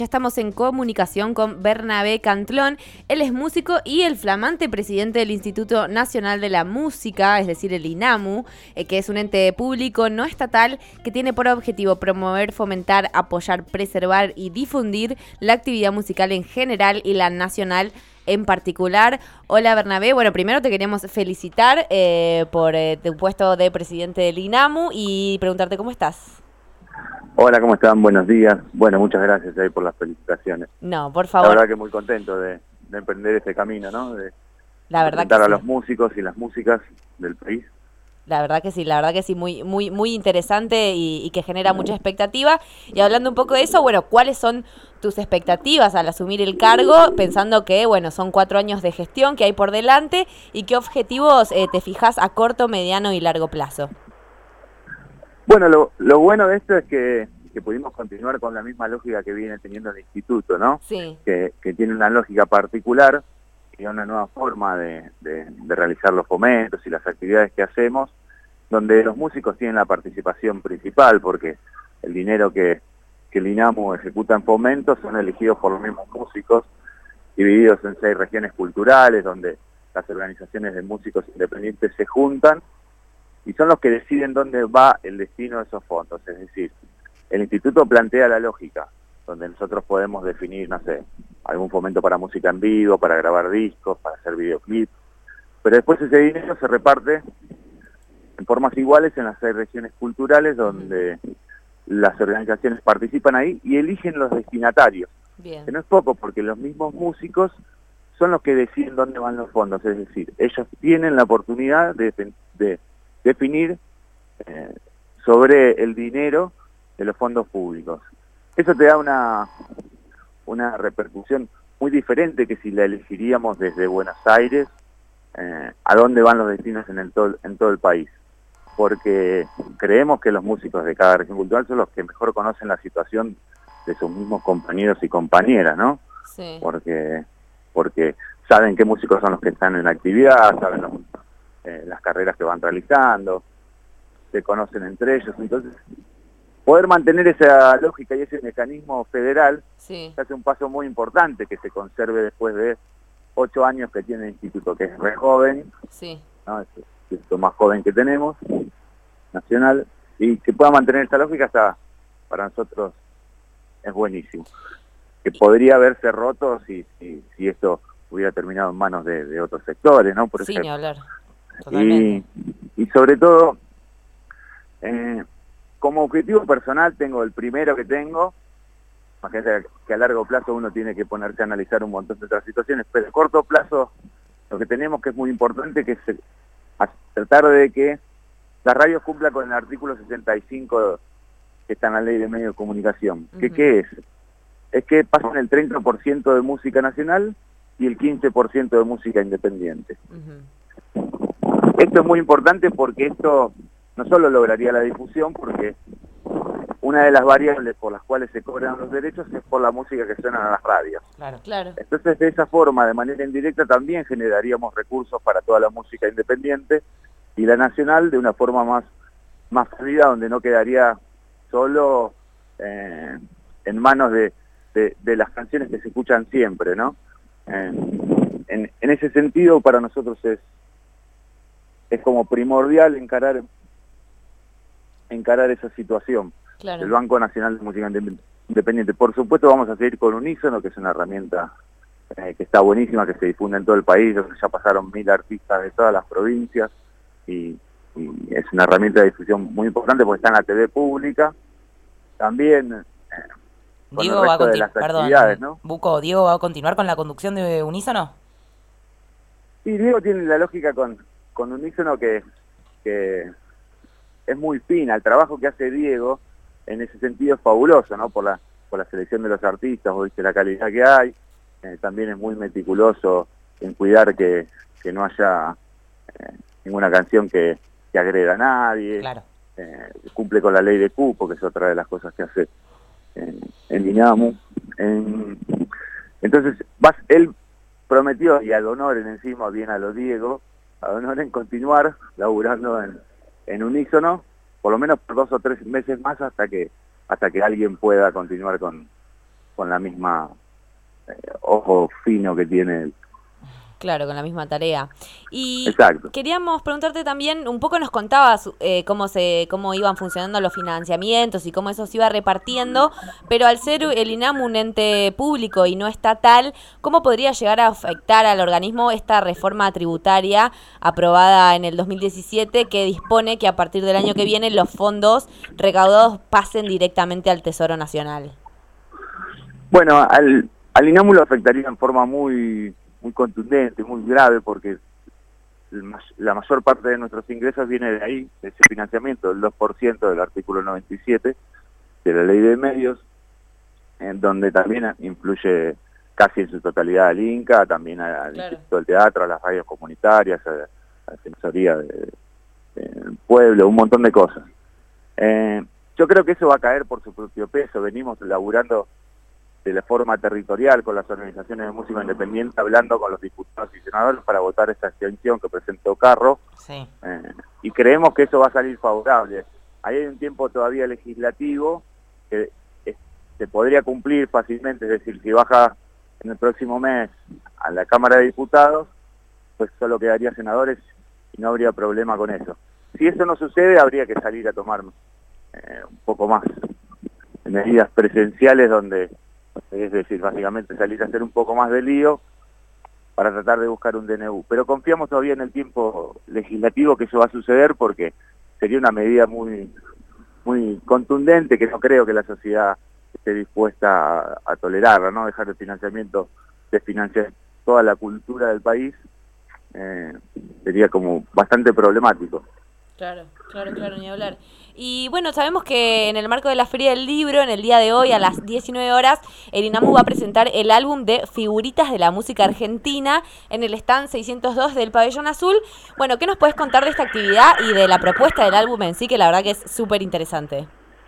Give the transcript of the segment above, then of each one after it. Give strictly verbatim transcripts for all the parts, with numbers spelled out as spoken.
Ya estamos en comunicación con Bernabé Cantlón. Él es músico y el flamante presidente del Instituto Nacional de la Música, es decir, el INAMU, eh, que es un ente público no estatal que tiene por objetivo promover, fomentar, apoyar, preservar y difundir la actividad musical en general y la nacional en particular. Hola Bernabé, bueno, primero te queríamos felicitar eh, por eh, tu puesto de presidente del INAMU y preguntarte cómo estás. Hola, ¿cómo están? Buenos días. Bueno, muchas gracias ahí por las felicitaciones. No, por favor. La verdad que muy contento de, de emprender este camino, ¿no? De La verdad presentar que a sí. los músicos y las músicas del país. La verdad que sí, la verdad que sí, muy, muy, muy interesante y, y que genera mucha expectativa. Y hablando un poco de eso, bueno, ¿cuáles son tus expectativas al asumir el cargo? Pensando que, bueno, son cuatro años de gestión que hay por delante y qué objetivos eh, te fijas a corto, mediano y largo plazo. Bueno, lo, lo bueno de esto es que, que pudimos continuar con la misma lógica que viene teniendo el instituto, ¿no? Sí. Que, que tiene una lógica particular y una nueva forma de, de, de realizar los fomentos y las actividades que hacemos, donde los músicos tienen la participación principal, porque el dinero que, que el INAMU ejecuta en fomentos son elegidos por los mismos músicos, divididos en seis regiones culturales, donde las organizaciones de músicos independientes se juntan, y son los que deciden dónde va el destino de esos fondos. Es decir, el instituto plantea la lógica, donde nosotros podemos definir, no sé, algún fomento para música en vivo, para grabar discos, para hacer videoclips, pero después ese dinero se reparte en formas iguales en las seis regiones culturales, donde las organizaciones participan ahí y eligen los destinatarios. Bien. Que no es poco, porque los mismos músicos son los que deciden dónde van los fondos, es decir, ellos tienen la oportunidad de, de definir eh, sobre el dinero de los fondos públicos. Eso te da una, una repercusión muy diferente que si la elegiríamos desde Buenos Aires, eh, a dónde van los destinos en, el to en todo el país. Porque creemos que los músicos de cada región cultural son los que mejor conocen la situación de sus mismos compañeros y compañeras, ¿no? Sí. Porque, porque saben qué músicos son los que están en la actividad, saben los, eh, las carreras que van realizando, se conocen entre ellos. Entonces, poder mantener esa lógica y ese mecanismo federal, Sí. hace un paso muy importante que se conserve después de ocho años que tiene el instituto, que es re joven, Sí. ¿no? Es el instituto más joven que tenemos, nacional, y que pueda mantener esta lógica está, para nosotros es buenísimo. Que podría haberse roto si, si, si esto hubiera terminado en manos de, de otros sectores, ¿no? Por Sí, ejemplo. ni hablar. Totalmente. Y, y sobre todo, eh, como objetivo personal tengo el primero que tengo, imagínate que a largo plazo uno tiene que ponerse a analizar un montón de otras situaciones, pero a corto plazo lo que tenemos que es muy importante, que es tratar de que la radio cumpla con el artículo sesenta y cinco que está en la Ley de Medios de Comunicación. ¿Qué, Uh-huh. ¿Qué es? Es que pasen el treinta por ciento de música nacional y el quince por ciento de música independiente. Uh-huh. Esto es muy importante porque esto no solo lograría la difusión, porque una de las variables por las cuales se cobran los derechos es por la música que suena en las radios. Claro, claro. Entonces, de esa forma, de manera indirecta, también generaríamos recursos para toda la música independiente y la nacional de una forma más, más fluida, donde no quedaría solo eh, en manos de, de, de las canciones que se escuchan siempre, ¿no? Eh, en, en ese sentido, para nosotros es, es como primordial encarar, encarar esa situación. Claro. El Banco Nacional de Música Independiente. Por supuesto vamos a seguir con Unísono, que es una herramienta eh, que está buenísima, que se difunde en todo el país, donde ya pasaron mil artistas de todas las provincias, y, y es una herramienta de difusión muy importante porque está en la T V pública, también eh, con Diego el va a resto de las continuar, actividades, perdón, ¿no? Buco, ¿Diego va a continuar con la conducción de Unísono? Y Diego tiene la lógica con, con Unísono que, que es muy fina. El trabajo que hace Diego en ese sentido es fabuloso, ¿no? Por la, por la selección de los artistas, o viste la calidad que hay. Eh, también es muy meticuloso en cuidar que, que no haya eh, ninguna canción que, que agreda a nadie. Claro. Eh, cumple con la ley de cupo, que es otra de las cosas que hace en, en INAMU. En, entonces, vas, él prometió, y ad honorem encima, bien a lo Diego, ad honorem continuar laburando en, en Unísono, por lo menos por dos o tres meses más hasta que hasta que alguien pueda continuar con, con la misma eh, ojo fino que tiene él. Claro, con la misma tarea. Y Exacto. Queríamos preguntarte también, un poco nos contabas eh, cómo se cómo iban funcionando los financiamientos y cómo eso se iba repartiendo, pero al ser el INAMU un ente público y no estatal, ¿cómo podría llegar a afectar al organismo esta reforma tributaria aprobada en el dos mil diecisiete que dispone que a partir del año que viene los fondos recaudados pasen directamente al Tesoro Nacional? Bueno, al, al INAMU lo afectaría en forma muy... muy contundente, muy grave, porque el, la mayor parte de nuestros ingresos viene de ahí, de ese financiamiento, el dos por ciento del artículo noventa y siete de la Ley de Medios, en donde también influye casi en su totalidad al INCA, también al Claro. Instituto del Teatro, a las radios comunitarias, a, a la Defensoría del de Pueblo, un montón de cosas. Eh, yo creo que eso va a caer por su propio peso. Venimos laburando de la forma territorial con las organizaciones de música independiente, hablando con los diputados y senadores para votar esta extensión que presentó Carro, Sí. eh, y creemos que eso va a salir favorable. Ahí hay un tiempo todavía legislativo que eh, se podría cumplir fácilmente, es decir, si baja en el próximo mes a la Cámara de Diputados, pues solo quedaría senadores y no habría problema con eso. Si eso no sucede, habría que salir a tomar eh, un poco más medidas presenciales donde, es decir, básicamente salir a hacer un poco más de lío para tratar de buscar un D N U. Pero confiamos todavía en el tiempo legislativo que eso va a suceder, porque sería una medida muy muy contundente que no creo que la sociedad esté dispuesta a, a tolerarla, ¿no? Dejar el financiamiento de financiar toda la cultura del país eh, sería como bastante problemático. Claro, claro, claro, ni hablar. Y bueno, sabemos que en el marco de la Feria del Libro, en el día de hoy, a las diecinueve horas, el INAMU va a presentar el álbum de Figuritas de la Música Argentina en el stand seiscientos dos del Pabellón Azul. Bueno, ¿qué nos puedes contar de esta actividad y de la propuesta del álbum en sí, que la verdad que es súper interesante?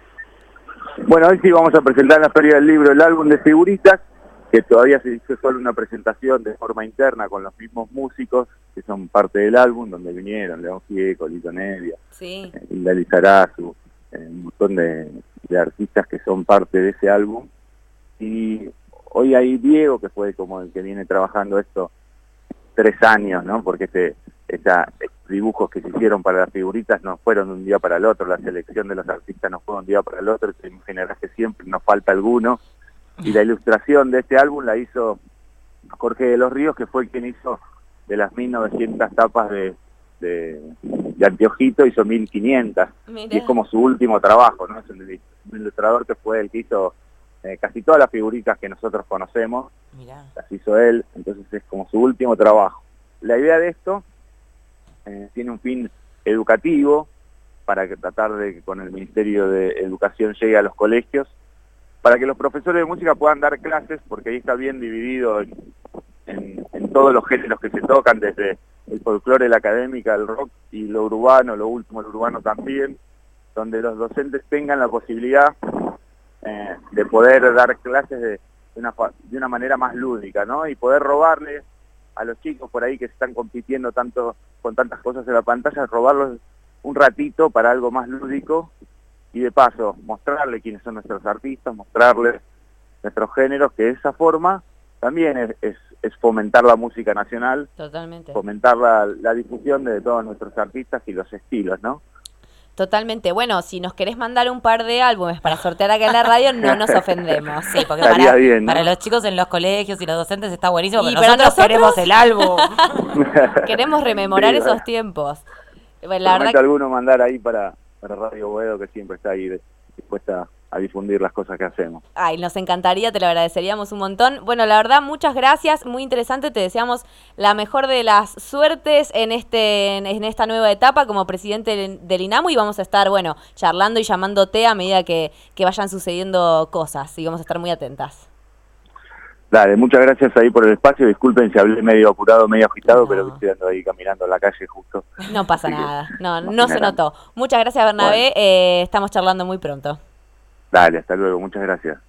Bueno, hoy sí vamos a presentar en la Feria del Libro el álbum de Figuritas, que todavía se hizo solo una presentación de forma interna con los mismos músicos que son parte del álbum, donde vinieron León Gieco, Lito Nevia, Sí. eh, Hilda Lizarazu, eh, un montón de, de artistas que son parte de ese álbum. Y hoy hay Diego, que fue como el que viene trabajando esto tres años, ¿no? Porque ese, esa, esos dibujos que se hicieron para las figuritas no fueron de un día para el otro, la selección de los artistas no fue de un día para el otro, te imaginarás que siempre nos falta alguno. Y la ilustración de este álbum la hizo Jorge de los Ríos, que fue quien hizo de las mil novecientas tapas de, de, de Anteojito, hizo mil quinientas. Mirá. Y es como su último trabajo, ¿no? Es un, un ilustrador que fue el que hizo eh, casi todas las figuritas que nosotros conocemos. Mirá. Las hizo él, entonces es como su último trabajo. La idea de esto eh, tiene un fin educativo, para que tratar de que con el Ministerio de Educación llegue a los colegios, para que los profesores de música puedan dar clases, porque ahí está bien dividido en, en, en todos los géneros que se tocan, desde el folclore, la académica, el rock y lo urbano, lo último el urbano también, donde los docentes tengan la posibilidad eh, de poder dar clases de, de, una, de una manera más lúdica, ¿no? Y poder robarle a los chicos por ahí que se están compitiendo tanto con tantas cosas en la pantalla, robarlos un ratito para algo más lúdico, y de paso mostrarle quiénes son nuestros artistas, mostrarles nuestros géneros, que de esa forma también es, es, es fomentar la música nacional. Totalmente. Fomentar la, la difusión de todos nuestros artistas y los estilos, ¿no? Totalmente. Bueno, si nos querés mandar un par de álbumes para sortear acá en la radio, no nos ofendemos. Sí, porque Estaría para, bien, ¿no? para los chicos en los colegios y los docentes está buenísimo, Y pero para nosotros, nosotros- queremos el álbum. Queremos rememorar Sí, esos bueno. tiempos. Bueno, la verdad Prometo alguno mandar ahí para, para Radio Boedo, que siempre está ahí de- dispuesta a difundir las cosas que hacemos. Ay, nos encantaría, te lo agradeceríamos un montón. Bueno, la verdad, muchas gracias, muy interesante, te deseamos la mejor de las suertes en este en, en esta nueva etapa como presidente del, del INAMU, y vamos a estar, bueno, charlando y llamándote a medida que, que vayan sucediendo cosas, y vamos a estar muy atentas. Dale, muchas gracias ahí por el espacio, disculpen si hablé medio apurado, medio agitado, No. pero que estoy ando ahí caminando en la calle justo. No pasa Así que, nada, no, no se imaginarán. notó. Muchas gracias, Bernabé, Bueno. eh, estamos charlando muy pronto. Dale, hasta luego, muchas gracias.